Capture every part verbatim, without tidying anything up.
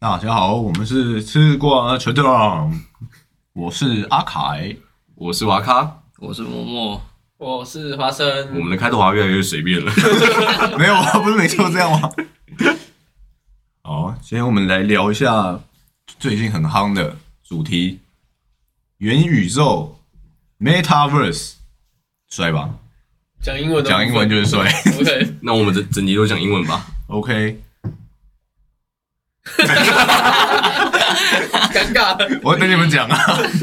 大家好，我们是吃瓜球队，我是阿凯， 我是瓦卡， 我是默默， 我是花生。 我们的开头好像越来越随便了。 没有啊，不是每次都这样吗？好，今天我们来聊一下最近很夯的主题——元宇宙 （Metaverse），帅吧？ 讲英文的， 讲英文就是帅。 OK， 那我们整整集都讲英文吧。 OK。 尴尬， 我会跟你们讲啊。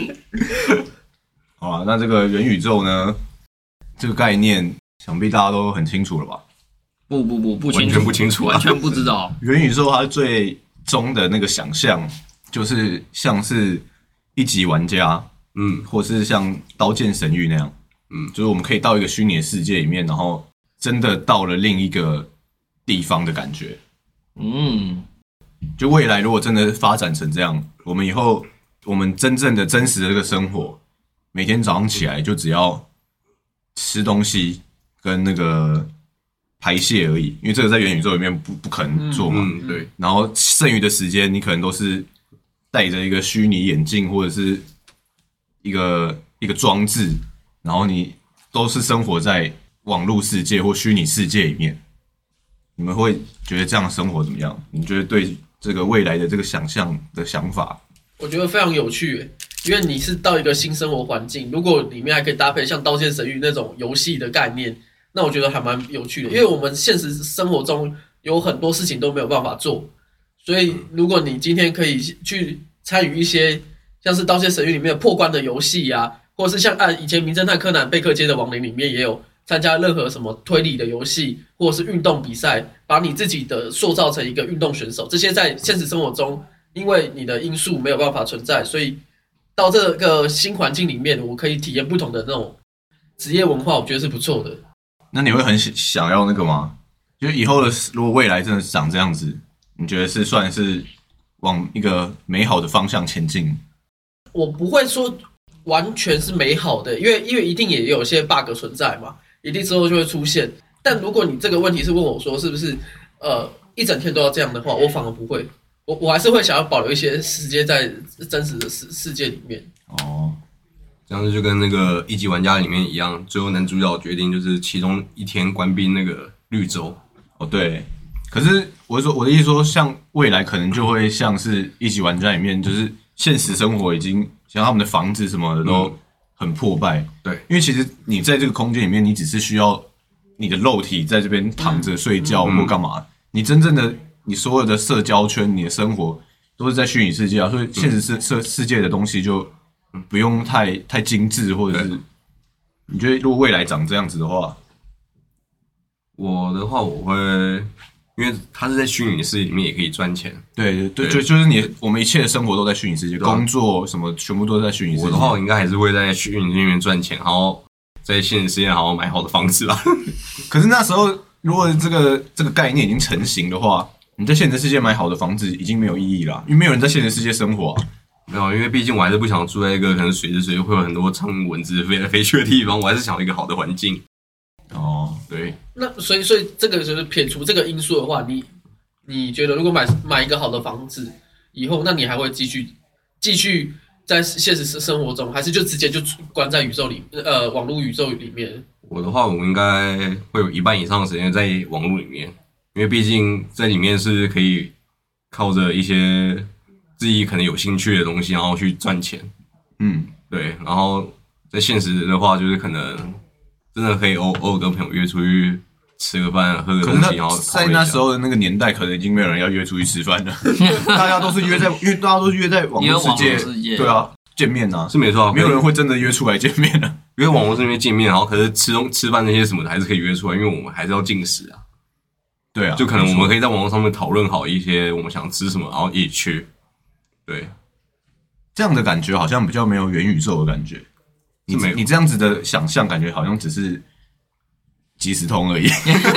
好啦，那这个元宇宙呢，这个概念想必大家都很清楚了吧？ 不不不不清楚， 完全不清楚、啊， 完全不知道。 元宇宙它最终的那个想象，就是像是一级玩家，嗯，或是像《刀剑神域》那样，嗯，就是我们可以到一个虚拟的世界里面，然后真的到了另一个地方的感觉，嗯。就未来如果真的发展成这样，我们以后我们真正的真实的这个生活，每天早上起来就只要吃东西跟那个排泄而已，因为这个在元宇宙里面不不可能做嘛。 嗯，对。 然后剩余的时间，你可能都是戴着一个虚拟眼镜或者是一个一个装置，然后你都是生活在网络世界或虚拟世界里面。你们会觉得这样的生活怎么样？你觉得对这个未来的这个想象的想法？ 我觉得非常有趣，因为你是到一个新生活环境，如果里面还可以搭配像《刀剑神域》那种游戏的概念，那我觉得还蛮有趣的。因为我们现实生活中有很多事情都没有办法做，所以如果你今天可以去参与一些像是《刀剑神域》里面的破关的游戏啊，或者是像按以前《名侦探柯南》贝克街的亡灵里面也有参加任何什么推理的游戏，或者是运动比赛，把你自己的塑造成一个运动选手，这些在现实生活中，因为你的因素没有办法存在，所以到这个新环境里面，我可以体验不同的那种职业文化，我觉得是不错的。 那你会很想要那个吗？就以后的如果未来真的长这样子，你觉得是算是往一个美好的方向前进？ 我不会说完全是美好的，因为因为一定也有些 bug 存在嘛。一定之后就会出现，但如果你这个问题是问我说是不是呃一整天都要这样的话，我反而不会，我我还是会想要保留一些时间在真实的世世界里面。 哦，这样子就跟那个一级玩家里面一样，最后男主角决定就是其中一天关闭那个绿洲。 哦，对。可是我是说我的意思说，像未来可能就会像是一级玩家里面，就是现实生活已经像他们的房子什么的都。嗯很破败， 对， 因为其实你在这个空间里面，你只是需要你的肉体在这边躺着睡觉或干嘛，嗯、你真正的你所有的社交圈、你的生活都是在虚拟世界啊，所以现实世世世界的东西就不用太太精致，或者是你觉得如果未来长这样子的话， 我的话我会。因为它是在虚拟世界里面也可以赚钱， 对对对，就就是你我们一切的生活都在虚拟世界，工作什么全部都在虚拟世界。 我的话，我应该还是会在虚拟世界里面赚钱，然后在现实世界好好买好的房子吧。 可是那时候，如果这个这个概念已经成型的话，你在现实世界买好的房子已经没有意义了，因为没有人在现实世界生活、啊。 没有，因为毕竟我还是不想住在一个可能随时随地会有很多苍蝇蚊子飞来飞去的地方，我还是想要一个好的环境。 哦，对。 那所以所以这个就是撇除这个因素的话，你。你觉得如果买买一个好的房子以后，那你还会继续继续在现实生活中，还是就直接就关在宇宙里呃网络宇宙里面？ 我的话，我应该会有一半以上的时间在网络里面，因为毕竟在里面是可以靠着一些自己可能有兴趣的东西，然后去赚钱。嗯，对。然后在现实的话，就是可能真的可以偶偶尔跟朋友约出去。吃个饭，喝个东西，然后在那时候的那个年代，可能已经没有人要约出去吃饭了。大家都是约在，因为大家都是约在网络世界，对啊，见面啊， 是没错、啊， 没有人会真的约出来见面啊。 约网络这边见面，然后可是吃东吃饭那些什么的，还是可以约出来，因为我们还是要进食啊。 对啊， 就可能我们可以在网络上面讨论好一些我们想吃什么，然后一起去。对， 这样的感觉好像比较没有元宇宙的感觉。你你这样子的想象，感觉好像只是。即时通而已，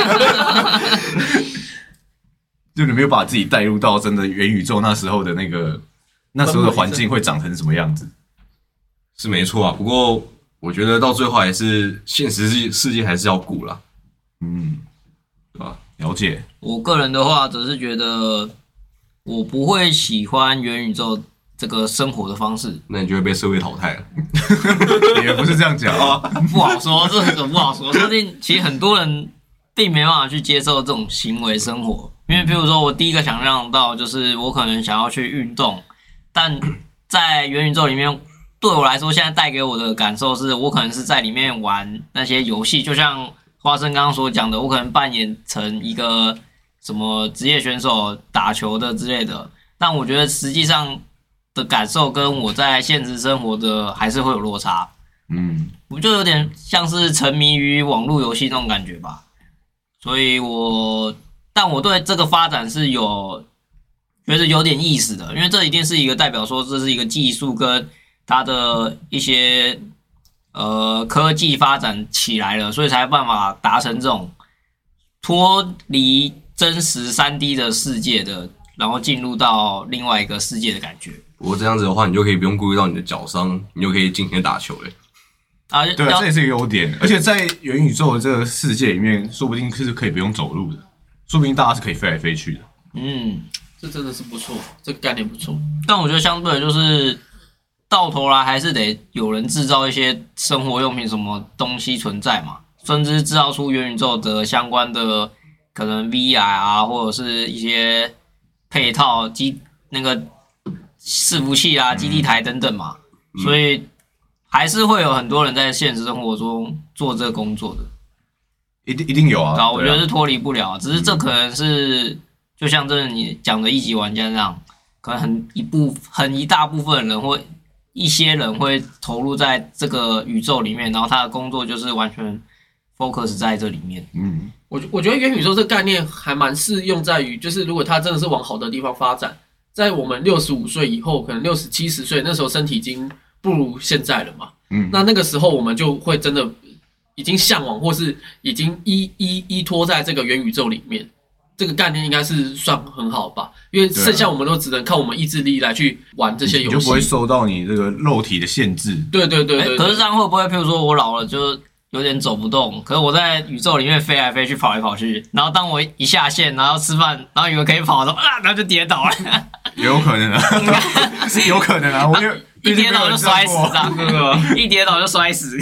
就你没有把自己带入到真的元宇宙那时候的那个那时候的环境会长成什么样子， 是没错啊。不过我觉得到最后还是现实世界还是要顾啦， 嗯，对吧？了解。 我个人的话，则是觉得我不会喜欢元宇宙这个生活的方式。 那你就会被社会淘汰了。 也不是这样讲啊， 不好说，这个不好说。说不定其实很多人并没办法去接受这种行为生活，因为譬如说我第一个想象到就是我可能想要去运动，但在元宇宙里面，对我来说现在带给我的感受是我可能是在里面玩那些游戏，就像花生刚刚所讲的，我可能扮演成一个什么职业选手打球的之类的，但我觉得实际上的感受跟我在现实生活的还是会有落差。 嗯， 我就有点像是沉迷于网络游戏那种感觉吧，所以我，但我对这个发展是有觉得有点意思的，因为这一定是一个代表说这是一个技术跟它的一些呃科技发展起来了，所以才有办法达成这种脱离真实 三 D 的世界的，然后进入到另外一个世界的感觉。 不过这样子的话，你就可以不用顾虑到你的脚伤，你就可以尽情地打球了。 啊， 对啊，这也是一个优点。而且在元宇宙的这个世界里面，说不定是可以不用走路的，说不定大家是可以飞来飞去的。 嗯， 这真的是不错，这个概念不错。 但我觉得相对的就是到头来还是得有人制造一些生活用品什么东西存在嘛，甚至制造出元宇宙的相关的可能 V R 啊，或者是一些配套机那个伺服器啊、基地台等等嘛，嗯、所以还是会有很多人在现实生活中做这个工作的， 一定一定有啊。 啊，我觉得是脱离不了，只是这可能是就像这你讲的一级玩家这样，可能很一部很一大部分人会一些人会投入在这个宇宙里面，然后他的工作就是完全 focus 在这里面。 嗯， 我我觉得元宇宙这个概念还蛮适用在于，就是如果它真的是往好的地方发展，在我们六十五岁以后，可能六十七十岁那时候身体已经不如现在了嘛。嗯，那那个时候我们就会真的已经向往，或是已经依依依托在这个元宇宙里面。这个概念应该是算很好吧，因为剩下我们都只能靠我们意志力来去玩这些游戏， 你就不会受到你这个肉体的限制。 对对对 对, 对、欸。 可是这样会不会，譬如说我老了就有点走不动，可是我在宇宙里面飞来飞去、跑来跑去，然后当我一下线，然后吃饭，然后以为可以跑的时候，啊，然后就跌倒了。 有可能啊，是有可能啊，我就一跌倒就摔死，这样，一跌倒就摔死。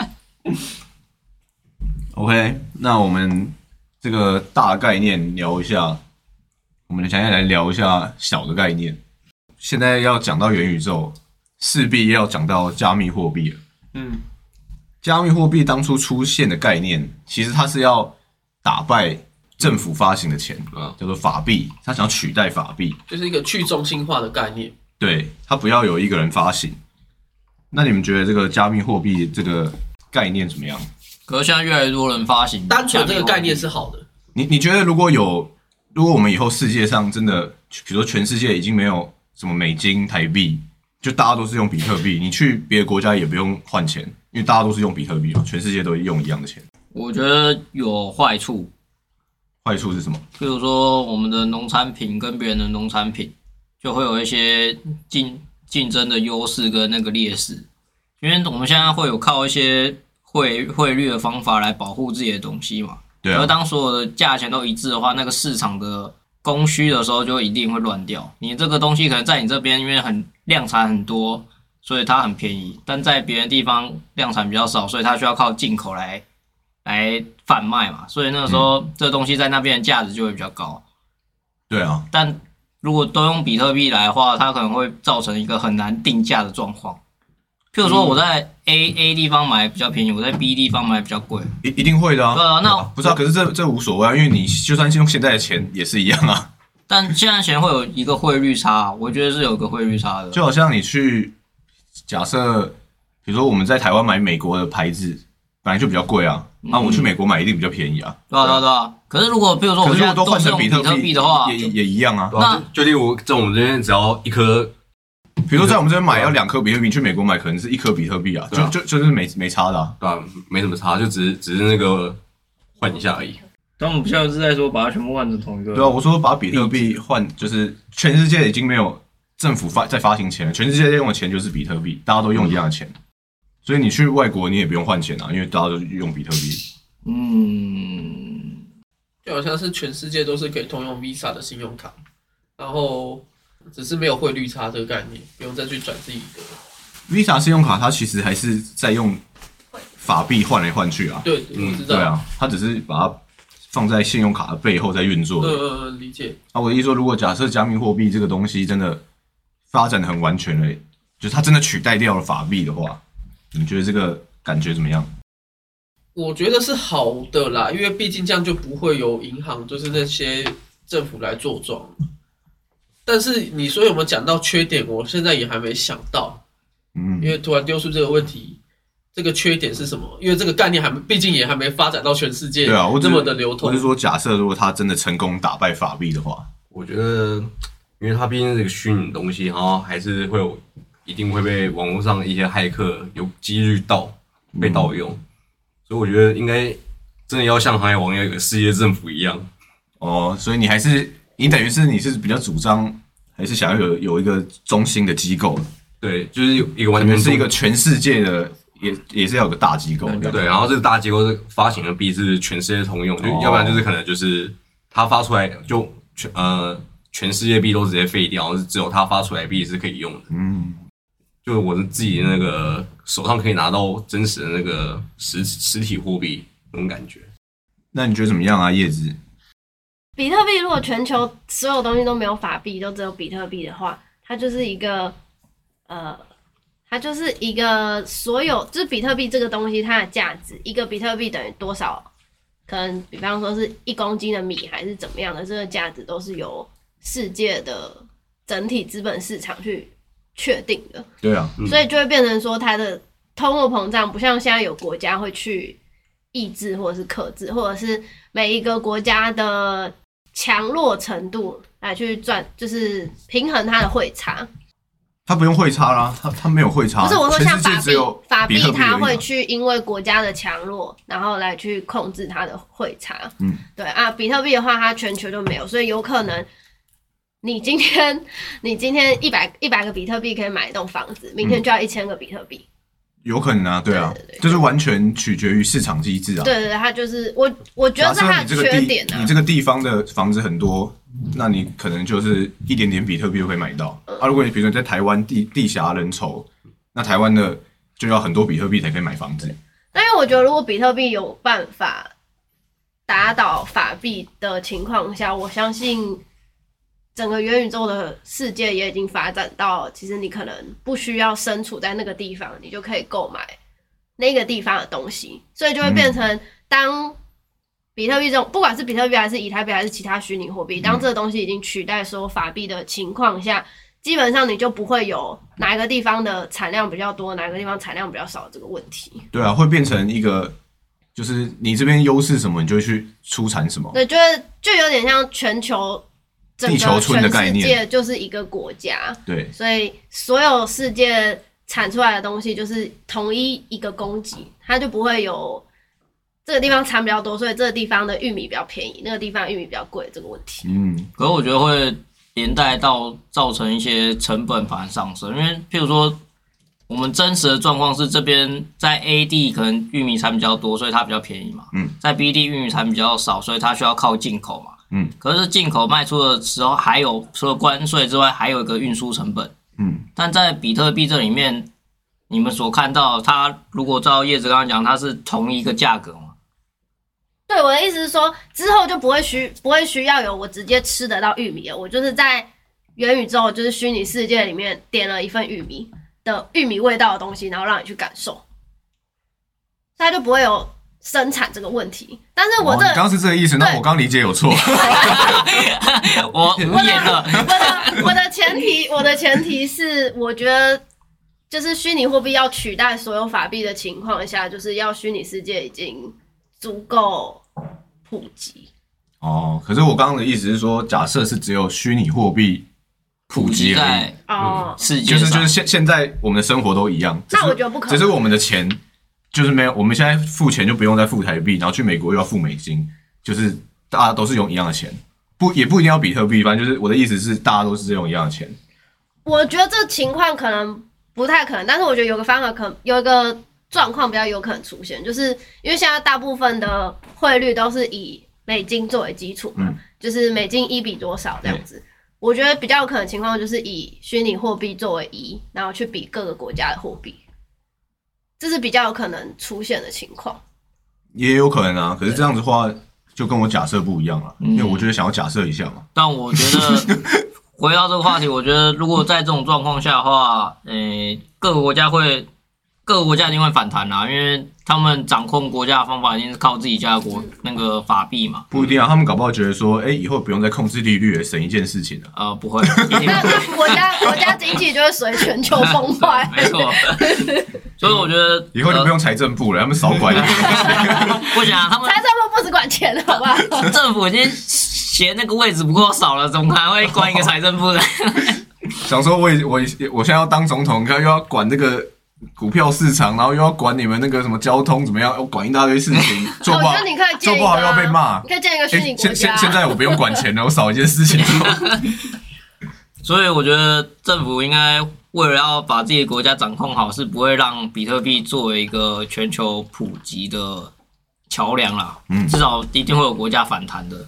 OK， 那我们这个大概念聊一下，我们现在来聊一下小的概念。现在要讲到元宇宙，势必要讲到加密货币了。嗯，加密货币当初出现的概念，其实它是要打败政府发行的钱，嗯、叫做法币，它想要取代法币， 就是一个去中心化的概念。 对，它不要有一个人发行。那你们觉得这个加密货币这个概念怎么样？ 可是现在越来越多人发行， 单纯这个概念是好的。 你你觉得如果有，如果我们以后世界上真的，比如说全世界已经没有什么美金、台币，就大家都是用比特币，你去别的国家也不用换钱，因为大家都是用比特币嘛，全世界都用一样的钱。 我觉得有坏处。 坏处是什么？ 比如说我们的农产品跟别人的农产品，就会有一些竞竞争的优势跟那个劣势，因为我们现在会有靠一些汇汇率的方法来保护自己的东西嘛。 对啊。 而当所有的价钱都一致的话，那个市场的供需的时候就一定会乱掉。你这个东西可能在你这边因为很量产很多，所以它很便宜，但在别的地方量产比较少，所以它需要靠进口来来贩卖嘛。所以那个时候、嗯、这个东西在那边的价值就会比较高。 对啊。 但如果都用比特币来的话，它可能会造成一个很难定价的状况。譬如说我在 A、嗯、A 地方买比较便宜，我在 B 地方买比较贵， 一一定会的啊。 对啊，那不是啊，可是这这无所谓啊，因为你就算是用现在的钱也是一样啊。 但现在钱会有一个汇率差，我觉得是有个汇率差的。 就好像你去假设，比如说我们在台湾买美国的牌子，本来就比较贵啊，那、嗯啊、我去美国买一定比较便宜啊。 对啊，对啊，对啊。可是如果比如说我现在都是用比特币的话， 也也一样啊。 那就例如在我们这边只要一颗。 比如说在我们这边买要两颗比特币，去美国买可能是一颗比特币啊，就就就是没没差的啊， 对啊，没什么差，就只是只是那个换一下而已。 但我们现在是在说把它全部换成同一个。 对啊，我说把比特币换，就是全世界已经没有政府发在发行钱了，全世界用的钱就是比特币，大家都用一样的钱，所以你去外国你也不用换钱啊，因为大家都用比特币。嗯， 就好像是全世界都是可以通用 Visa 的信用卡。 然后只是没有汇率差这个概念，不用再去转自己的。 Visa 信用卡它其实还是在用法币换来换去啊。 对，我知道。 对啊，它只是把它放在信用卡的背后在运作。 嗯嗯嗯，理解。 啊，我的意思说，如果假设加密货币这个东西真的发展的很完全了，就是它真的取代掉了法币的话，你觉得这个感觉怎么样？ 我觉得是好的啦，因为毕竟这样就不会有银行就是那些政府来做庄。但是你说有没有讲到缺点？我现在也还没想到，嗯，因为突然丢出这个问题，这个缺点是什么？因为这个概念还毕竟也还没发展到全世界， 对啊， 这么的流通。 我是说，假设如果他真的成功打败法币的话， 我觉得，因为它毕竟是一个虚拟的东西，然后还是会有一定会被网络上一些骇客有几率盗被盗用。嗯，所以我觉得应该真的要像航海王要有个世界政府一样哦，所以你还是你等于是你是比较主张，还是想要有有一个中心的机构？ 对，就是有一个完全是一个全世界的，也也是要有个大机构。 对，对，然后这个大机构是发行的币是全世界通用，就哦， 要不然就是可能就是它发出来就全呃全世界币都直接废掉，只有它发出来的币是可以用的。嗯。就是我自己那个手上可以拿到真实的那个实实体货币那种感觉。 那你觉得怎么样啊，叶子？ 比特币如果全球所有东西都没有法币，都只有比特币的话，它就是一个呃，它就是一个所有就是比特币这个东西它的价值，一个比特币等于多少？可能比方说是一公斤的米还是怎么样的，这个价值都是由世界的整体资本市场去确定的。 对啊， 嗯，所以就会变成说它的通货膨胀不像现在有国家会去抑制或者是克制，或者是每一个国家的强弱程度来去赚，就是平衡它的汇差。 它不用汇差啦，它它没有汇差。 不是我说像法币，法币它会去去因为国家的强弱，然后来去控制它的汇差。嗯，对啊，比特币的话，它全球都没有，所以有可能。你今天，你今天一百一百个比特币可以买一栋房子，明天就要一千个比特币， 有可能啊，对啊，对对对，就是完全取决于市场机制啊。 对对对，它就是我我觉得是它的缺点啊。 你这个地方的房子很多，那你可能就是一点点比特币就可以买到。嗯、啊，如果你比如说在台湾地地狭人稠，那台湾的就要很多比特币才可以买房子。 但是我觉得，如果比特币有办法打倒法币的情况下，我相信。整个元宇宙的世界也已经发展到，其实你可能不需要身处在那个地方，你就可以购买那个地方的东西，所以就会变成当比特币这种，不管是比特币还是以太币还是其他虚拟货币，当这个东西已经取代所有法币的情况下，基本上你就不会有哪一个地方的产量比较多，哪一个地方产量比较少的这个问题。 对啊，会变成一个。就是你这边优势什么，你就会去出产什么。 对，就是就有点像全球。 地球村的概念， 全世界就是一个国家， 对， 所以所有世界产出来的东西就是统一一个供给，它就不会有这个地方产比较多，所以这个地方的玉米比较便宜，那个地方玉米比较贵这个问题。 嗯，可是我觉得会连带到造成一些成本反而上升，因为譬如说我们真实的状况是这边在 A 地可能玉米产比较多，所以它比较便宜嘛，嗯，在 B 地玉米产比较少，所以它需要靠进口嘛。嗯，可是进口卖出的时候，还有除了关税之外，还有一个运输成本。嗯，但在比特币这里面，你们所看到，它如果照叶子刚刚讲，它是同一个价格嘛？ 对，我的意思是说，之后就不会需不会需要有我直接吃得到玉米了，我就是在元宇宙，就是虚拟世界里面点了一份玉米的玉米味道的东西，然后让你去感受，它就不会有。生产这个问题，但是我这、 哦、你刚刚是这个意思，那我刚理解有错。 我无言了。 我的我的前提，我的前提是，我觉得就是虚拟货币要取代所有法币的情况下，就是要虚拟世界已经足够普及。 哦，可是我刚刚的意思是说，假设是只有虚拟货币普及而已， 哦， 世界就是就是现现在我们的生活都一样， 那我觉得不可能， 只是我们的钱。就是没有，我们现在付钱就不用再付台币，然后去美国又要付美金，就是大家都是用一样的钱，不也不一定要比特币，反正就是我的意思是大家都是用一样的钱。 我觉得这情况可能不太可能，但是我觉得有个方法可有一个状况比较有可能出现，就是因为现在大部分的汇率都是以美金作为基础嘛，嗯、就是美金一比多少这样子。 我觉得比较有可能的情况就是以虚拟货币作为一，然后去比各个国家的货币，这是比较有可能出现的情况。 也有可能啊，可是这样子的话就跟我假设不一样了，因为我觉得想要假设一下嘛。 但我觉得回到这个话题，我觉得如果在这种状况下的话，诶、欸，各个国家会各个国家一定会反弹啦，因为他们掌控国家的方法一定是靠自己家的国那个法币嘛。 不一定啊，他们搞不好觉得说，哎、欸，以后不用再控制利率，省一件事情了。 呃，不会，一定那国家国家经济就会随全球崩坏。 没错。所以我觉得以后就不用财政部了，他们少管一点。 不行啊，他们财政部不只管钱，好不好？ 政府已经嫌那个位置不够少了，怎么还会关一个财政部呢？ 想说我我我现在要当总统，看又要管这个股票市场，然后又要管你们那个什么交通怎么样，要管一大堆事情，做不好、 哦、你可以做不好又要被骂。 你可以建一个虚拟国家。 欸、现现在我不用管钱了，我少一件事情。 所以我觉得政府应该为了要把自己的国家掌控好，是不会让比特币作为一个全球普及的桥梁啦。嗯，至少一定会有国家反弹的。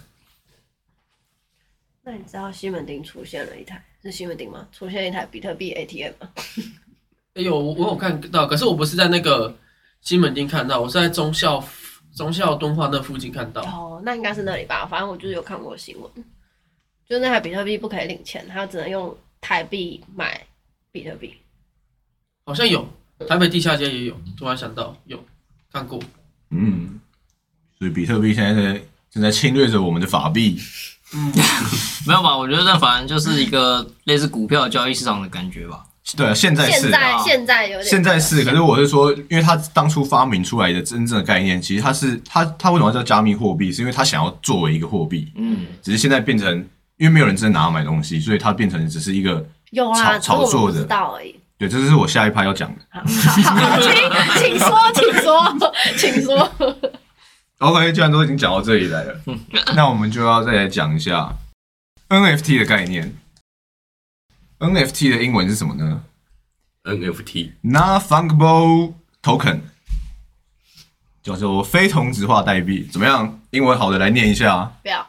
那你知道西门町出现了一台，是西门町吗？出现一台比特币 A T M 吗？ 哎呦，我我有看到，可是我不是在那个西门町看到，我是在忠孝忠孝敦化那附近看到。 哦，那应该是那里吧，反正我就是有看过新闻，就是那台比特币不可以领钱，它只能用台币买比特币。 好像有，台北地下街也有，突然想到有看过。 嗯，所以比特币现在在正在侵略着我们的法币。 嗯，没有吧？我觉得这反正就是一个类似股票交易市场的感觉吧。 对啊，现在是， 现在现在有点， 现在是，可是我是说，因为他当初发明出来的真正的概念，其实他是他他为什么要叫加密货币？是因为他想要作为一个货币，嗯，只是现在变成，因为没有人真的拿它买东西，所以它变成只是一一个有啊炒作的， 知道而已。 对，这是我下一趴要讲的。 好，好请请说，请说，请说。 OK， 既然都已经讲到这里来了，那我们就要再来讲一下 N F T 的概念。N F T 的英文是什么呢 ？N F T Non-Fungible Token， 叫做非同质化代币。怎么样？英文好的来念一下。 不要。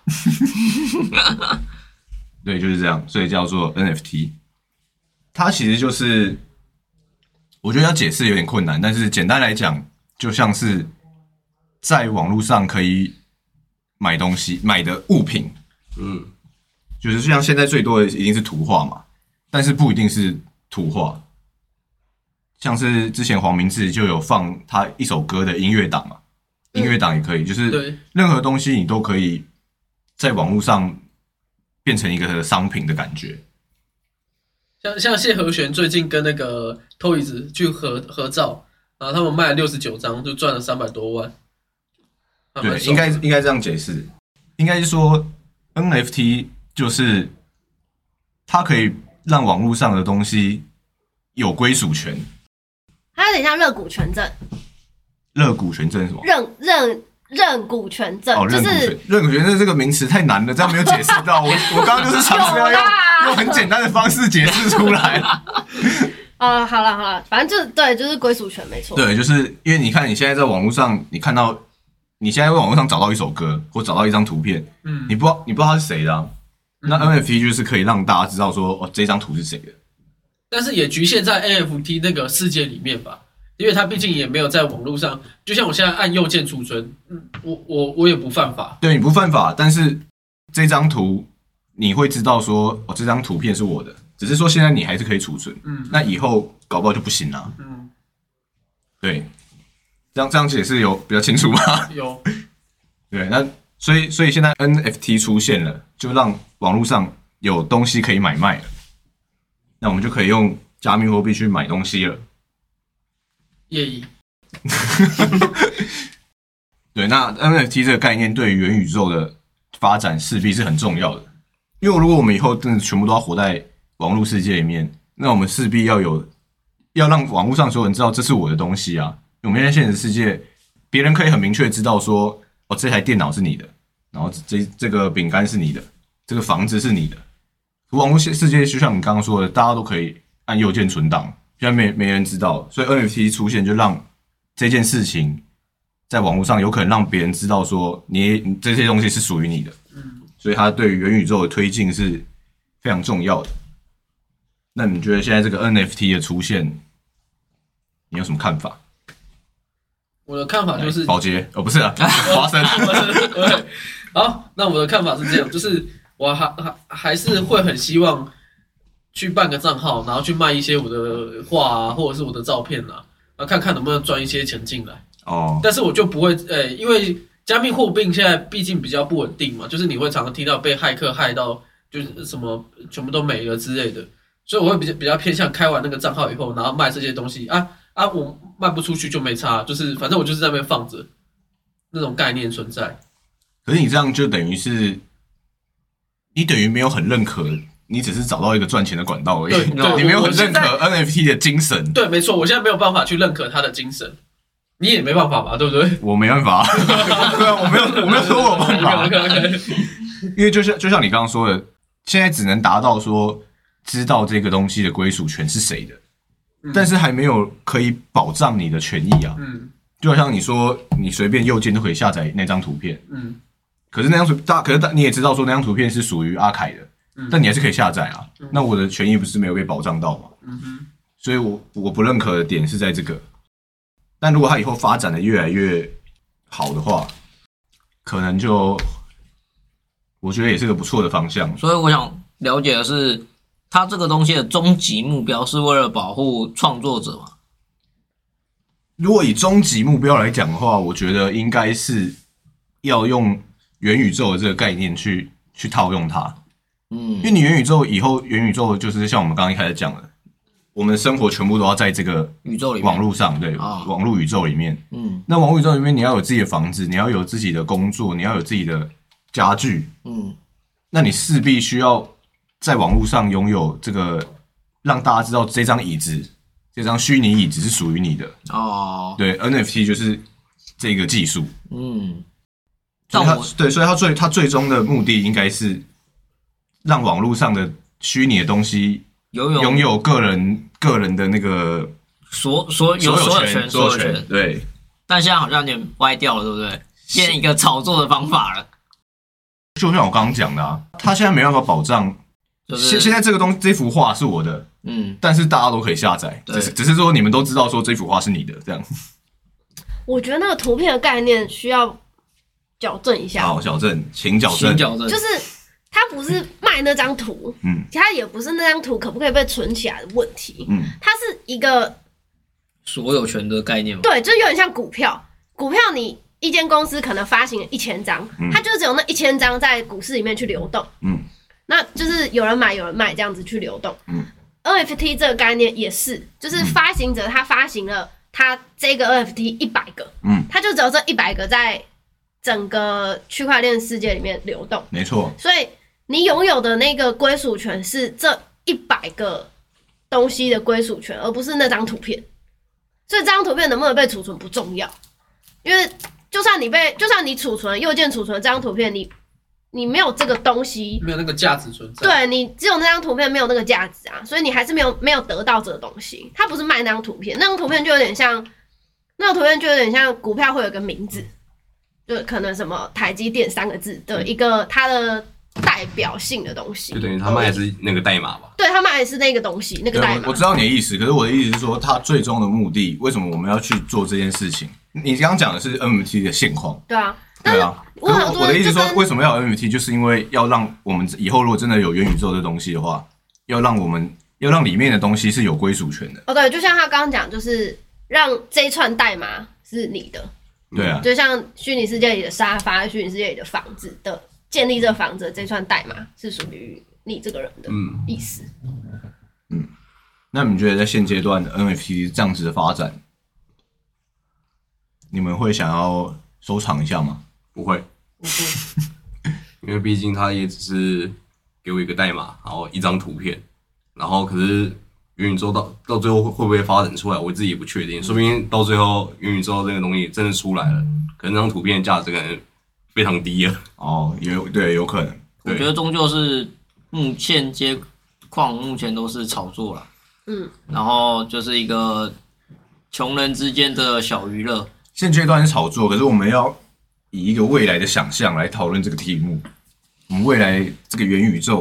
对，就是这样，所以叫做 N F T。它其实就是，我觉得要解释有点困难，但是简单来讲，就像是在网络上可以买东西买的物品，嗯，就是像现在最多的一定是图画嘛。但是不一定是图画，像是之前黄明志就有放他一首歌的音乐档嘛，音乐档也可以，就是任何东西你都可以在网络上变成一个商品的感觉。 像像谢和弦最近跟那个 Toys 去合合照，然后他们卖了六十九张，就赚了三百多万。 对，应该应该这样解释，应该是说 N F T 就是它可以让网络上的东西有归属权， 它有点像认股权证。 认股权证是什么？ 认认认股权证， 哦，认股权，认股权证这个名词太难了，这样没有解释到。我我刚刚就是尝试要用用很简单的方式解释出来。 啊，好了好了，反正就是对，就是归属权，没错。 对，就是因为你看你现在在网络上，你看到你现在在网络上找到一首歌或找到一张图片，嗯，你不知道你不知道它是谁的、啊。那 N F T 就是可以让大家知道说，哦，这张图是谁的， 但是也局限在 N F T 那个世界里面吧，因为它毕竟也没有在网络上，就像我现在按右键储存，嗯，我我我也不犯法， 对，你不犯法，但是这张图你会知道说，哦，这张图片是我的，只是说现在你还是可以储存，嗯，那以后搞不好就不行了，嗯，对，这样这样解释有比较清楚吗？ 有， 对，那。所以，所以现在 N F T 出现了，就让网络上有东西可以买卖了。那我们就可以用加密货币去买东西了。 业意。 对，那 N F T 这个概念对于元宇宙的发展势必是很重要的。因为如果我们以后真的全部都要活在网络世界里面，那我们势必要有要让网络上所有人知道这是我的东西啊。我们在现实世界，别人可以很明确知道说，哦，这台电脑是你的。然后这这个饼干是你的，这个房子是你的。网络世界就像你刚刚说的，大家都可以按右键存档，现在没没人知道，所以 N F T 出现就让这件事情在网络上有可能让别人知道说你，你这些东西是属于你的。嗯，所以它对于元宇宙的推进是非常重要的。那你觉得现在这个 N F T 的出现，你有什么看法？ 我的看法就是保洁哦，不是啊，花生。 对，好，那我的看法是这样，就是我还还还是会很希望去办个账号，然后去卖一些我的画啊，或者是我的照片啊，啊，看看能不能赚一些钱进来。 哦， 但是我就不会，呃、欸，因为加密货币现在毕竟比较不稳定嘛，就是你会常常听到被骇客害到，就是什么全部都没了之类的，所以我会比较比较偏向开完那个账号以后，然后卖这些东西啊啊，我卖不出去就没差，就是反正我就是在那边放着，那种概念存在。 可是你这样就等于是，你等于没有很认可，你只是找到一个赚钱的管道而已， 对对你没有很认可我 N F T 的精神。 对，没错，我现在没有办法去认可他的精神。你也没办法吧，对不对？ 我没办法，对啊，我没有，我没有说我有办法。 OK OK OK， 因为就像就像你刚刚说的，现在只能达到说知道这个东西的归属权是谁的，嗯、但是还没有可以保障你的权益啊。嗯，就好像你说，你随便右键都可以下载那张图片，嗯，可是那张图大，可是大你也知道说那张图片是属于阿凯的，嗯，但你还是可以下载啊。嗯、那我的权益不是没有被保障到吗？嗯哼，所以我我不认可的点是在这个。但如果它以后发展的越来越好的话，可能就我觉得也是个不错的方向。 所以我想了解的是，它这个东西的终极目标是为了保护创作者吗？ 如果以终极目标来讲的话，我觉得应该是要用元宇宙的这个概念去去套用它。嗯，因为你元宇宙以后，元宇宙就是像我们刚刚一开始讲的。我们的生活全部都要在这个宇宙里面， 网络上，对，啊、网络宇宙里面。嗯，那网络宇宙里面，你要有自己的房子，你要有自己的工作，你要有自己的家具。嗯，那你势必需要在网络上拥有这个，让大家知道这张椅子，这张虚拟椅子是属于你的。哦，对 ，N F T 就是这个技术。嗯，所以它对，所以它最它最终的目的应该是让网络上的虚拟的东西。拥有个人个人的那个所所有所有权， 所有权，对。 但现在好像有点歪掉了，对不对？变成一个炒作的方法了。 就像我刚刚讲的啊，他现在没办法保障，就是现现在这个东西这幅画是我的，嗯，但是大家都可以下载，只是只是说你们都知道说这幅画是你的这样。我觉得那个图片的概念需要矫正一下。 好，矫正，请矫正， 请矫正， 就是。它不是卖那张图，嗯，它也不是那张图可不可以被存起来的问题，嗯，它是一个所有权的概念吗？ 对，就有点像股票，股票你一间公司可能发行了一千张，嗯、它就只有那一千张在股市里面去流动，嗯，那就是有人买有人卖这样子去流动，嗯 ，N F T 这个概念也是，就是发行者他发行了他这个 N F T 一百个，嗯，他就只有这一百个在整个区块链世界里面流动， 没错， 所以。你拥有的那个归属权是这一百个东西的归属权，而不是那张图片。所以这张图片能不能被储存不重要，因为就算你被，就算你储存右键储存这张图片，你你没有这个东西， 没有那个价值存在。 对，你只有那张图片没有那个价值啊，所以你还是没有没有得到这个东西。它不是卖那张图片，那张图片就有点像，那张图片就有点像股票会有个名字，就可能什么台积电三个字的一个它的。代表性的东西， 就等于他卖的是那个代码吧？ 对，他卖的是那个东西，那个代码。 我知道你的意思，可是我的意思是说，他最终的目的，为什么我们要去做这件事情？你刚刚讲的是 N F T 的现况， 对啊， 对啊。我我的意思是说，为什么要有 N F T？ 就是因为要让我们以后如果真的有元宇宙的东西的话，要让我们要让里面的东西是有归属权的。 哦，对，就像他刚刚讲，就是让这一串代码是你的， 对啊， 就像虚拟世界里的沙发、虚拟世界里的房子的。建立这个房子的这串代码是属于你这个人的意思。嗯， 嗯，那你觉得在现阶段的 N F T 这样子的发展，你们会想要收藏一下吗？ 不会，因为毕竟它也只是给我一个代码，然后一张图片，然后可是元宇宙到到最后会不会发展出来，我自己也不确定。说不定到最后元宇宙这个东西真的出来了，可能那张图片的价值可能。非常低了哦，有对有可能， 我觉得终究是目前街况目前都是炒作啦，嗯，然后就是一个穷人之间的小娱乐。 现阶段是炒作，可是我们要以一个未来的想象来讨论这个题目。我们未来这个元宇宙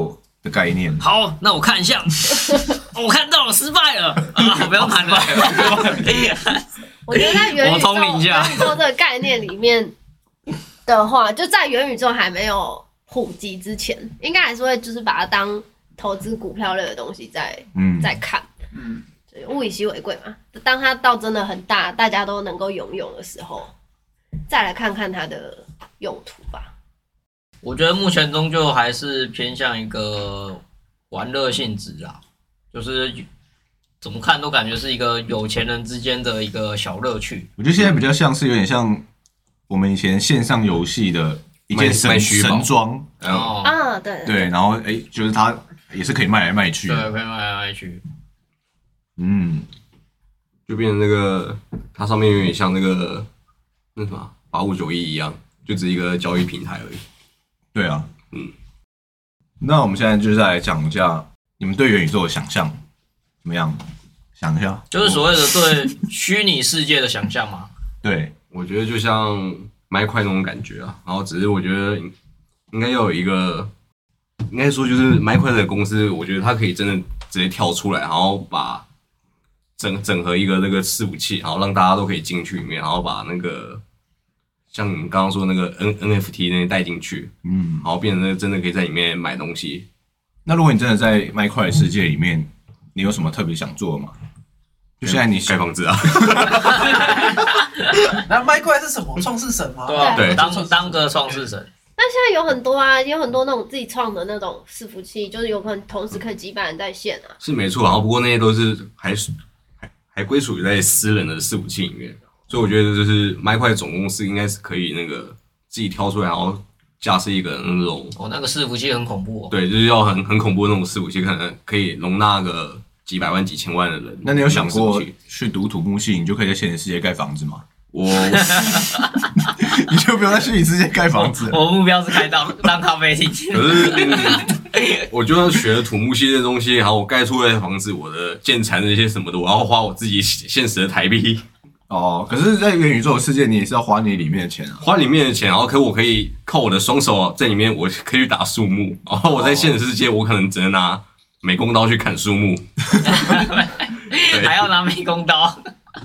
的概念。 好，那我看一下，我看到了，失败了啊！不要谈了。 我觉得在元宇宙、 我通灵一下元宇宙这个概念里面的话，就在元宇宙还没有普及之前，应该还是会就是把它当投资股票类的东西在嗯在看。嗯，物以稀为贵嘛。当它到真的很大，大家都能够拥有的时候，再来看看它的用途吧。 我觉得目前终究还是偏向一个玩乐性质啦，就是怎么看都感觉是一个有钱人之间的一个小乐趣。 我觉得现在比较像是有点像我们以前线上游戏的一件神神装哦啊，对对，然后哎，就是它也是可以卖来卖去的， 对，可以卖来卖去。 嗯， 就变成那个它上面有点像那个那什么八五九一一样，就只是一个交易平台而已。 对啊， 嗯。 那我们现在就再来讲一下你们对元宇宙的想象怎么样？想一下， 就是所谓的对虚拟世界的想象嘛。 对， 我觉得就像麦块那种感觉啊，然后只是我觉得应该要有一个，应该说就是麦块的公司，我觉得它可以真的直接跳出来，然后把整整合一个那个伺服器，然后让大家都可以进去里面，然后把那个像你刚刚说那个 N NFT 那些带进去， 嗯， 然后变成那个真的可以在里面买东西。 那如果你真的在麦块的世界里面，你有什么特别想做的吗？就现在你盖房子啊， 那麦块是什么？创世神吗？ 对啊， 对当当个创世神。 那现在有很多啊，有很多那种自己创的那种伺服器，就是有可能同时可以几百人在线啊。 是没错，然后不过那些都是还还还归属于在私人的伺服器里面，所以我觉得就是麦块总公司应该是可以那个自己挑出来，然后架设一个那种哦，那个伺服器很恐怖哦。 对，就是要很很恐怖的那种伺服器，可能可以容纳个几百万、几千万的人。 那你有想过那种伺服器去读土木系，你就可以在现实世界盖房子吗？ 我你就不用在虚拟世界盖房子了。 我目标是开当当咖啡厅。 可是、嗯、我就要学土木系列的东西，然后我盖出来的房子，我的建材那些什么的，我要花我自己现实的台币。 哦，可是，在元宇宙的世界，你也是要花你里面的钱啊。 花里面的钱，然后可我可以靠我的双手在里面，我可以去打树木。然后我在现实世界，我可能只能拿美工刀去砍树木， 还要拿美工刀。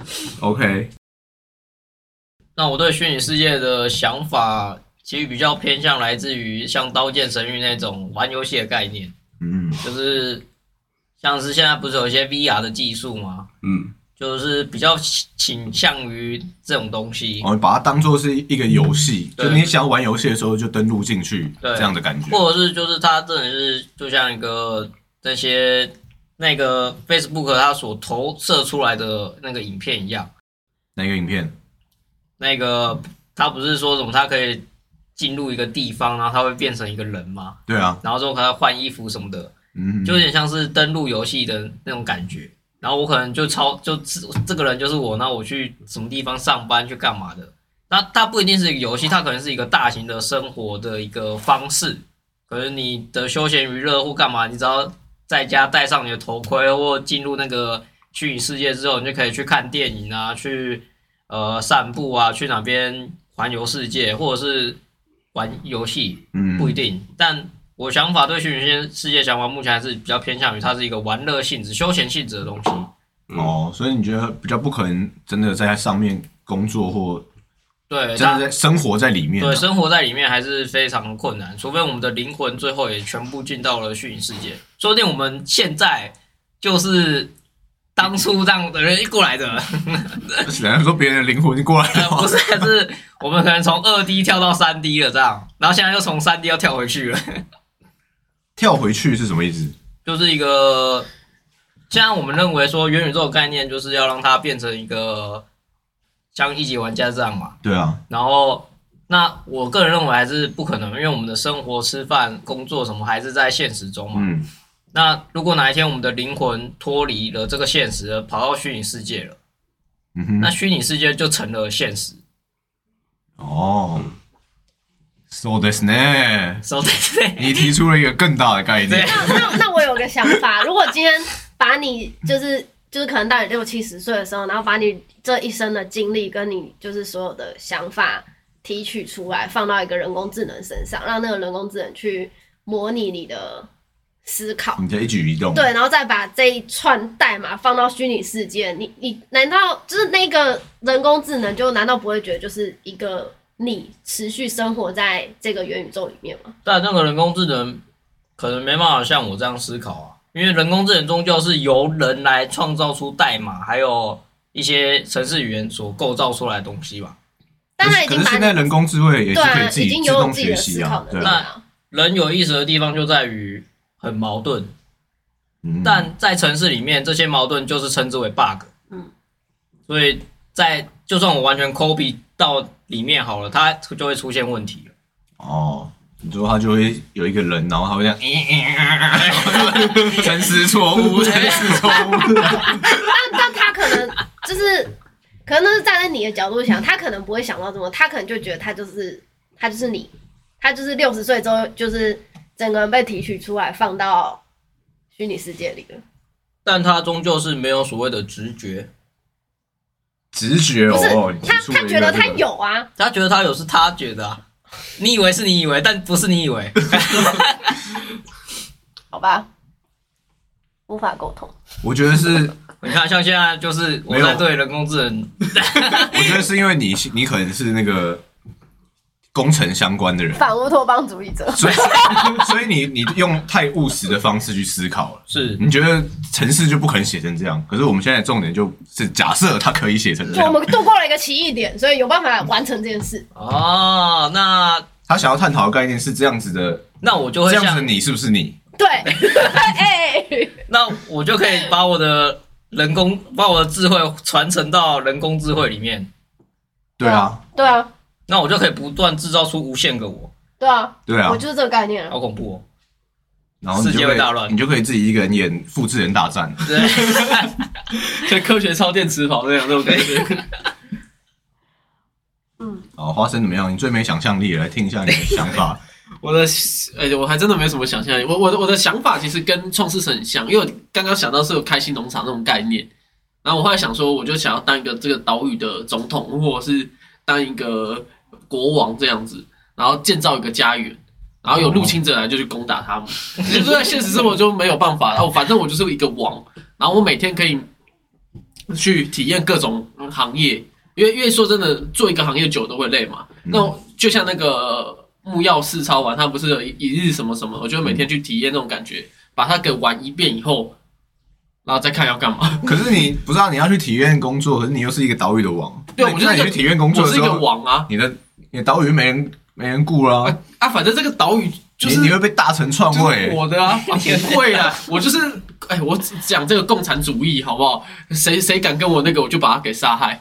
OK， 那我对虚拟世界的想法，其实比较偏向来自于像《刀剑神域》那种玩游戏的概念， 嗯， 就是像是现在不是有一些 V R 的技术吗？ 嗯， 就是比较倾向于这种东西， 我们把它当做是一个游戏， 对就你想要玩游戏的时候就登录进去， 对这样的感觉。 或者是就是它真的是就像一个这些那个 Facebook 它所投射出来的那个影片一样， 哪个影片？ 那个它不是说什么它可以进入一个地方，然后它会变成一个人吗？ 对啊， 然后之后可能换衣服什么的， 嗯， 就有点像是登录游戏的那种感觉。然后我可能就超就这个人就是我，那我去什么地方上班去干嘛的？那它不一定是一个游戏，它可能是一个大型的生活的一个方式。可能你的休闲娱乐或干嘛，你只要在家戴上你的头盔，或进入那个虚拟世界之后，你就可以去看电影啊，去呃散步啊，去哪边环游世界，或者是玩游戏， 嗯不一定。但我想法对虚拟世界想法目前还是比较偏向于它是一个玩乐性质、休闲性质的东西。 哦，所以你觉得比较不可能真的在上面工作或对， 真的在生活在里面、啊？ 对，生活在里面还是非常困难，除非我们的灵魂最后也全部进到了虚拟世界。说不定我们现在就是当初这样的人过来的， 人家说别人的灵魂过来了、 呃，不是，是我们可能从二 D 跳到三 D 了这样，然后现在又从三 D 又跳回去了。 跳回去是什么意思？ 就是一个，现在我们认为说元宇宙的概念就是要让它变成一个像一级玩家这样嘛。 对啊， 然后，那我个人认为还是不可能，因为我们的生活、吃饭、工作什么还是在现实中嘛。 嗯， 那如果哪一天我们的灵魂脱离了这个现实，跑到虚拟世界了， 嗯哼， 那虚拟世界就成了现实。 哦。そうですね。 So that 你提出了一个更大的概念。 那那那我有个想法，如果今天把你就是就是可能到你六七十岁的时候，然后把你这一生的经历跟你就是所有的想法提取出来，放到一个人工智能身上，让那个人工智能去模拟你的思考， 你的一举一动， 对，然后再把这一串代码放到虚拟世界，你你难道就是那个人工智能就难道不会觉得就是一个你持续生活在这个元宇宙里面吗？ 但那个人工智能可能没办法像我这样思考啊，因为人工智能终究是由人来创造出代码，还有一些程式语言所构造出来的东西吧。 但他已经可是现在人工智慧也是可以自己已经自动拥有自己的学习啊思考，能对啊， 力啊。 人有意思的地方就在于很矛盾， 嗯但在程式里面这些矛盾就是称之为 bug。 嗯， 所以在就算我完全 copy 到里面好了，它就会出现问题了。 哦。你说他就会有一个人，然后他会这样，诚实错误，诚实错误。 但但他可能就是，可能那是站在你的角度想，他可能不会想到这么，他可能就觉得他就是他就是你，他就是六十岁之后就是整个人被提取出来放到虚拟世界里了。 但他终究是没有所谓的直觉， 直觉不是哦， 他他觉得他有啊， 他觉得他有是他觉得啊，你以为是你以为，但不是你以为。 好吧，无法沟通。 我觉得是， 你看，像现在就是我在对人工智能， 我觉得是因为你你可能是那个工程相关的人， 反乌托邦主义者， 所以所以你你用太务实的方式去思考了。 是你觉得程式就不可能写成这样，可是我们现在重点就是假设它可以写成这样。 就我们度过了一个奇异点，所以有办法完成这件事。 哦，那他想要探讨的概念是这样子的， 那我就会像这样子的你是不是你？ 对，哎、 那我就可以把我的人工，把我的智慧传承到人工智慧里面， 对啊， 对啊， 那我就可以不断制造出无限个我， 对啊， 对啊我，就是这个概念啊。 好恐怖哦！ 然后你就世界可以会大乱你就可以自己一个人演复制人大战。 对， 像科学超电磁跑那样那种感觉。 嗯， 哦，花生怎么样？你最没想象力，来听一下你的想法。 我的，哎、我还真的没什么想象力。我我的我的想法其实跟创世神很像，因为我刚刚想到是有开心农场那种概念，然后我后来想说，我就想要当一个这个岛屿的总统，或者是当一个国王这样子，然后建造一个家园，然后有入侵者来就去攻打他们。就是在现实生活中没有办法，哦，反正我就是一个王，然后我每天可以去体验各种行业，因为因为说真的，做一个行业久都会累嘛。那就像那个木曜四超玩，它不是有一日什么什么，我就每天去体验那种感觉，把它给玩一遍以后，然后再看要干嘛。 可是你不知道你要去体验工作，可是你又是一个岛屿的王。 对， 那我就是一个那你去体验工作我是一个的时候， 王啊你的你的岛屿没人没人顾啦、 啊啊！反正这个岛屿就是你你会被大臣篡就是位。 我的啊，啊不会啦，我就是哎，我讲这个共产主义好不好？谁谁敢跟我那个，我就把他给杀害。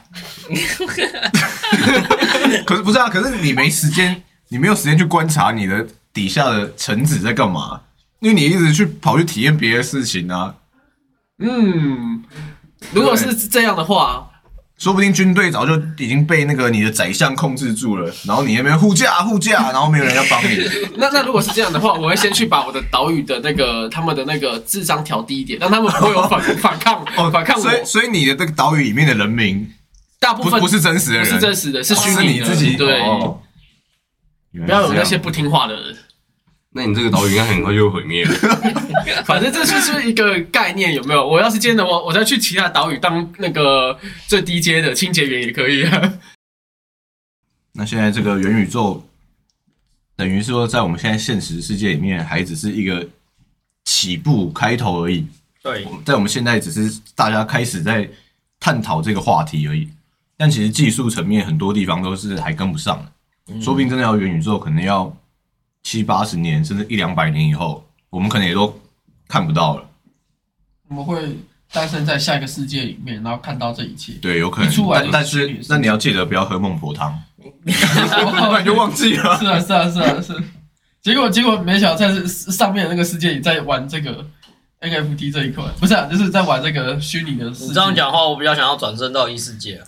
可是不是啊？可是你没时间，你没有时间去观察你的底下的臣子在干嘛，因为你一直去跑去体验别的事情啊。 嗯，如果是这样的话， 说不定军队早就已经被那个你的宰相控制住了，然后你那边护驾护驾，然后没有人要帮你。 那那如果是这样的话，我会先去把我的岛屿的那个他们的那个智商调低一点，让他们不会有反反抗反抗我。 所以所以你的这个岛屿里面的人民大部分不不是真实的人， 不是真实的，是虚是拟的。 你自己对， 哦不要有那些不听话的人。 那你这个岛屿应该很快就会毁灭了。 反正这就是一个概念，有没有？我要是今天的话，我再去其他岛屿当那个最低阶的清洁员也可以啊。 那现在这个元宇宙，等于说在我们现在现实世界里面，还只是一个起步开头而已。 对， 在我们现在只是大家开始在探讨这个话题而已，但其实技术层面很多地方都是还跟不上的。 嗯说不定真的要元宇宙，可能要七八十年，甚至一两百年以后，我们可能也都看不到了。 我们会诞生在下一个世界里面，然后看到这一切。 对，有可能一出来就但但是虚拟世界是那你要记得不要喝孟婆汤，不然就忘记了。 是啊，是啊，是啊，是。结果，结果没想到在上面的那个世界里在玩这个 N F T 这一块，不是啊，就是在玩这个虚拟的世界。 你这样讲话，我比较想要转身到异世界啊。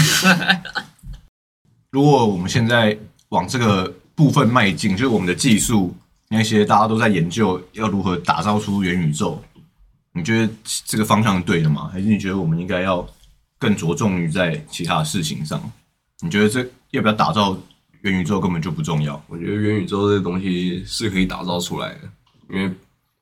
如果我们现在往这个部分迈进，就是我们的技术那些大家都在研究要如何打造出元宇宙，你觉得这个方向是对的吗？还是你觉得我们应该要更着重于在其他的事情上？你觉得这要不要打造元宇宙根本就不重要？ 我觉得元宇宙这个东西是可以打造出来的，因为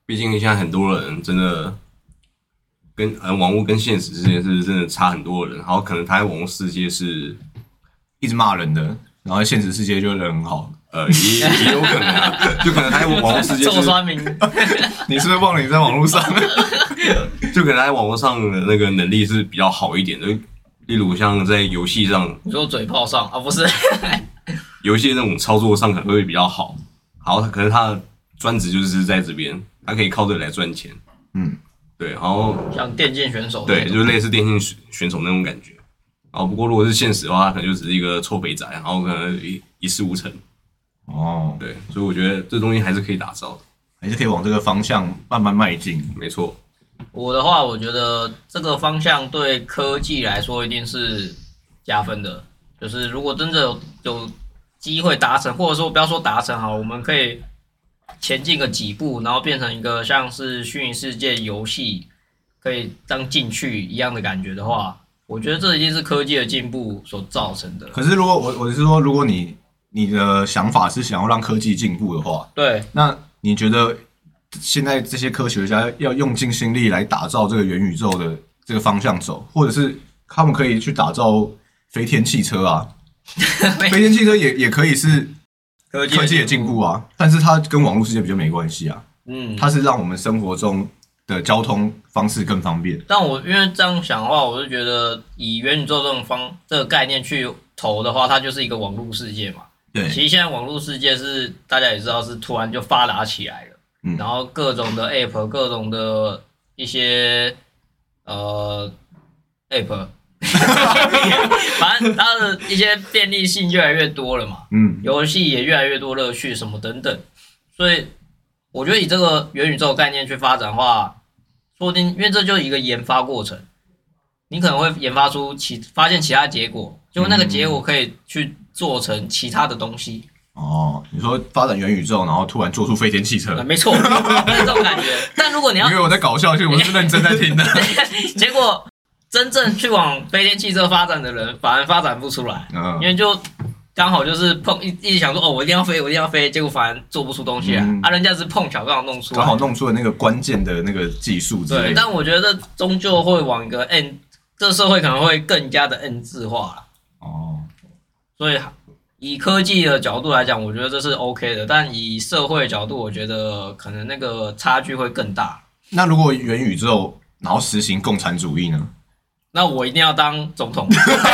毕竟现在很多人真的跟呃网络跟现实之间是真的差很多的人，然后可能他在网络世界是一直骂人的，然后在现实世界就人很好。 呃，也也有可能、啊，就可能他在网络世界做酸民， 你是不是忘了你在网络上？ 就可能他在网络上的那个能力是比较好一点的，例如像在游戏上， 你说嘴炮上啊，不是， 游戏那种操作上可能会比较好，然后可能他的专职就是在这边，他可以靠这个来赚钱， 嗯， 对，然后像电竞选手， 对，就类似电竞选手那种感觉。然后不过如果是现实的话，他可能就只是一个臭肥仔，然后可能一一事无成。 哦， 对，所以我觉得这东西还是可以打造的， 还是可以往这个方向慢慢迈进。 没错。 我的话，我觉得这个方向对科技来说一定是加分的。就是如果真的有有机会达成，或者说不要说达成好，我们可以前进个几步，然后变成一个像是虚拟世界游戏可以当进去一样的感觉的话，我觉得这一定是科技的进步所造成的。 可是如果我我是说，如果你你的想法是想要让科技进步的话， 对， 那你觉得现在这些科学家要用尽心力来打造这个元宇宙的这个方向走，或者是他们可以去打造飞天汽车啊？飞天汽车也也可以是科技科技的进步啊，但是它跟网络世界比较没关系啊。 嗯， 它是让我们生活中的交通方式更方便。 但我因为这样想的话，我就觉得以元宇宙这种方这个概念去投的话，它就是一个网络世界嘛。 对， 其实现在网络世界是大家也知道是突然就发达起来了， 嗯， 然后各种的 app， 各种的一些呃 app， 反正它的一些便利性越来越多了嘛， 嗯， 游戏也越来越多乐趣什么等等，所以我觉得以这个元宇宙概念去发展的话，说不定因为这就是一个研发过程，你可能会研发出其发现其他结果，结果那个结果可以去做成其他的东西。 哦，你说发展元宇宙，然后突然做出飞天汽车， 呃、没错，就是这种感觉。但如果你要， 因为我在搞笑，其实我是认真在听的。 结果真正去往飞天汽车发展的人，反而发展不出来，嗯、因为就刚好就是碰一一直想说哦，我一定要飞，我一定要飞，结果反而做不出东西来、嗯、啊，人家是碰巧刚好弄出来， 刚好弄出了那个关键的那个技术之类的。 对，但我觉得终究会往一个 N， 这社会可能会更加的 N 字化了。哦，所以以科技的角度来讲，我觉得这是 OK 的，但以社会的角度，我觉得可能那个差距会更大。 那如果元宇宙然后实行共产主义呢？ 那我一定要当总统。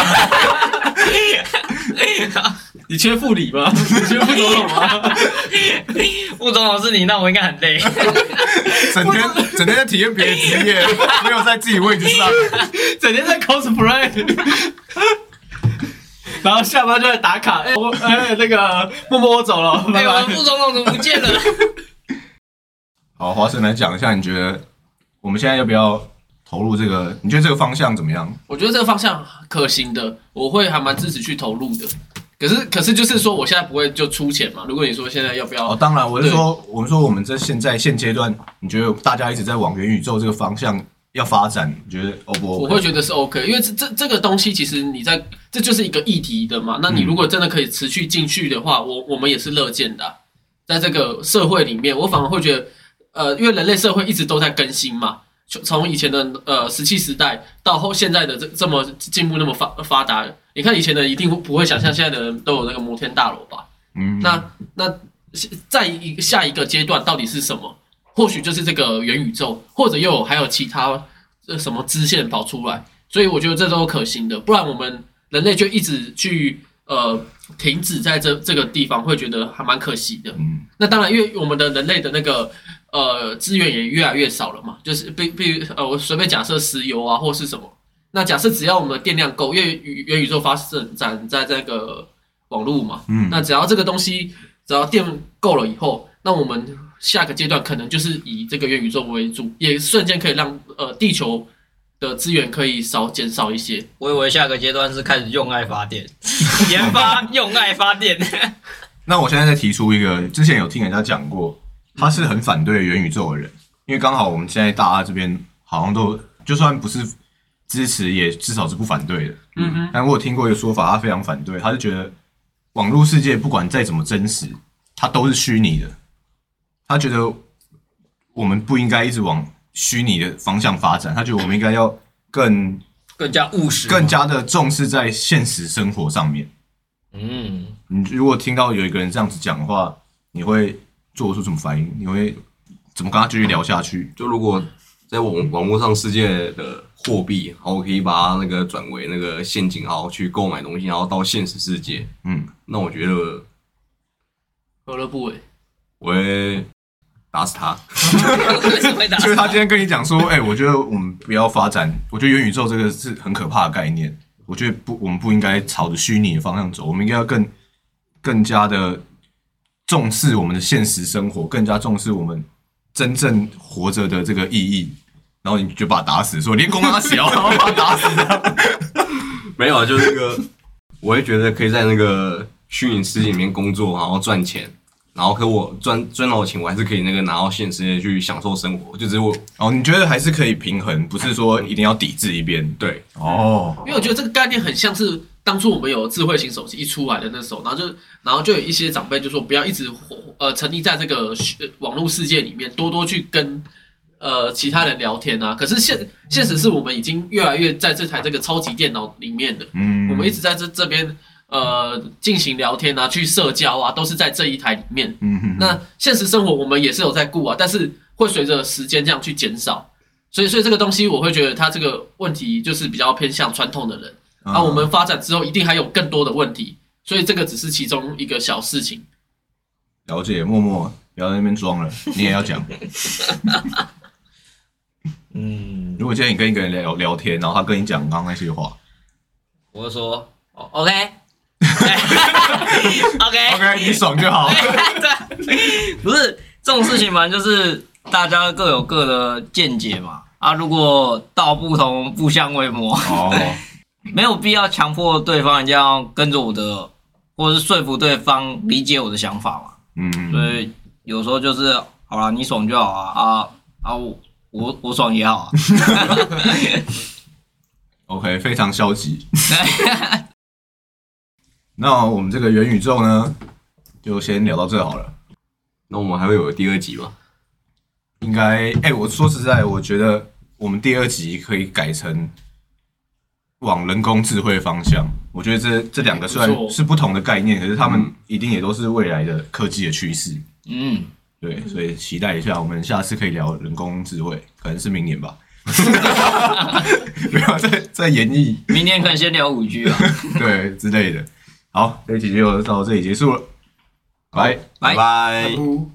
你缺副理吗？你缺副总统吗？ 副总统是你，那我应该很累。 整天整天在体验别的职业，没有在自己位置上， 整天在 cosplay。然后下班就在打卡，哎、欸，我哎、欸、那个默默我走了，拜拜。 欸、我们副总统怎么不见了？ 好，华生来讲一下，你觉得我们现在要不要投入这个？你觉得这个方向怎么样？ 我觉得这个方向可行的，我会还蛮支持去投入的。可是，可是就是说，我现在不会就出钱嘛。如果你说现在要不要？ 哦，当然，我是说，我们说我们这现在现阶段，你觉得大家一直在往元宇宙这个方向要发展，你觉得 O 不 OK？ 我会觉得是 OK， 因为这这这个东西其实你在这就是一个议题的嘛。那你如果真的可以持续进去的话，我我们也是乐见的、啊。在这个社会里面，我反而会觉得，呃，因为人类社会一直都在更新嘛，从以前的呃石器时代到后现在的这这么进步那么发发达，你看以前的人一定不会想象现在的人都有那个摩天大楼吧？嗯，那那在一下一个阶段到底是什么？或许就是这个元宇宙，或者又有还有其他呃什么支线跑出来，所以我觉得这都是可行的。不然我们人类就一直去呃停止在这这个地方，会觉得还蛮可惜的。嗯，那当然，因为我们的人类的那个呃资源也越来越少了嘛，就是比比如呃我随便假设石油啊或是什么，那假设只要我们的电量够，因为元宇宙发展在这个网络嘛，嗯，那只要这个东西只要电够了以后，那我们下个阶段可能就是以这个元宇宙为主，也瞬间可以让呃地球的资源可以少减少一些。 我以为下个阶段是开始用爱发电，研发用爱发电。 那我现在再提出一个，之前有听人家讲过，他是很反对元宇宙的人，因为刚好我们现在大家这边好像都就算不是支持，也至少是不反对的。嗯嗯。但我有听过一个说法，他非常反对，他是觉得网络世界不管再怎么真实，它都是虚拟的。他觉得我们不应该一直往虚拟的方向发展，他觉得我们应该要更更加务实， 更加的重视在现实生活上面。 嗯， 你如果听到有一个人这样子讲的话，你会做出什么反应？你会怎么跟他继续聊下去？ 就如果在网网络上世界的货币，然后我可以把它那个转为那个现金，然后去购买东西，然后到现实世界， 嗯， 那我觉得何乐不为？ 我会打死他。 就是他今天跟你讲说，哎、欸，我觉得我们不要发展，我觉得元宇宙这个是很可怕的概念，我觉得不，我们不应该朝着虚拟的方向走，我们应该要更更加的重视我们的现实生活，更加重视我们真正活着的这个意义。然后你就把他打死，说连公他小，然后把他打死这样。 没有啊，就是那个，我会觉得可以在那个虚拟世界里面工作，然后赚钱，然后可我赚赚到的钱，我还是可以那个拿到现实世界去享受生活。就是我哦，你觉得还是可以平衡，不是说一定要抵制一边？ 对， 哦， 因为我觉得这个概念很像是当初我们有智慧型手机一出来的那时候，然后就然后就有一些长辈就说不要一直呃沉溺在这个网络世界里面，多多去跟呃其他人聊天啊。可是现现实是我们已经越来越在这台这个超级电脑里面的，嗯，我们一直在这这边呃进行聊天啊，去社交啊，都是在这一台里面。嗯哼，那现实生活我们也是有在顾啊，但是会随着时间这样去减少。所以所以这个东西我会觉得它这个问题就是比较偏向传统的人。啊，我们发展之后一定还有更多的问题，所以这个只是其中一个小事情。 了解，默默不要在那边装了，你也要讲。嗯，如果今天你跟一个人聊聊天，然后他跟你讲刚刚那些话， 我就说哦 ，OK，OK， OK， 你爽就好。 对，不是这种事情嘛，就是大家各有各的见解嘛。啊，如果道不同，不相为谋。哦。没有必要强迫对方一定要跟着我的，或者是说服对方理解我的想法嘛。嗯，所以有时候就是好啦，你爽就好啊啊啊！我我我爽也好啊。 OK， 非常消极。那我们这个元宇宙呢，就先聊到这好了。 那我们还会有第二集吗？ 应该，哎、欸，我说实在，我觉得我们第二集可以改成往人工智慧方向，我觉得这这两个虽然是不同的概念，可是他们一定也都是未来的科技的趋势。嗯，对，所以期待一下，我们下次可以聊人工智慧，可能是明年吧。不要再再演绎， 明年可能先聊五 G 啊， 对之类的。好，这一集就到这里结束了，拜拜拜。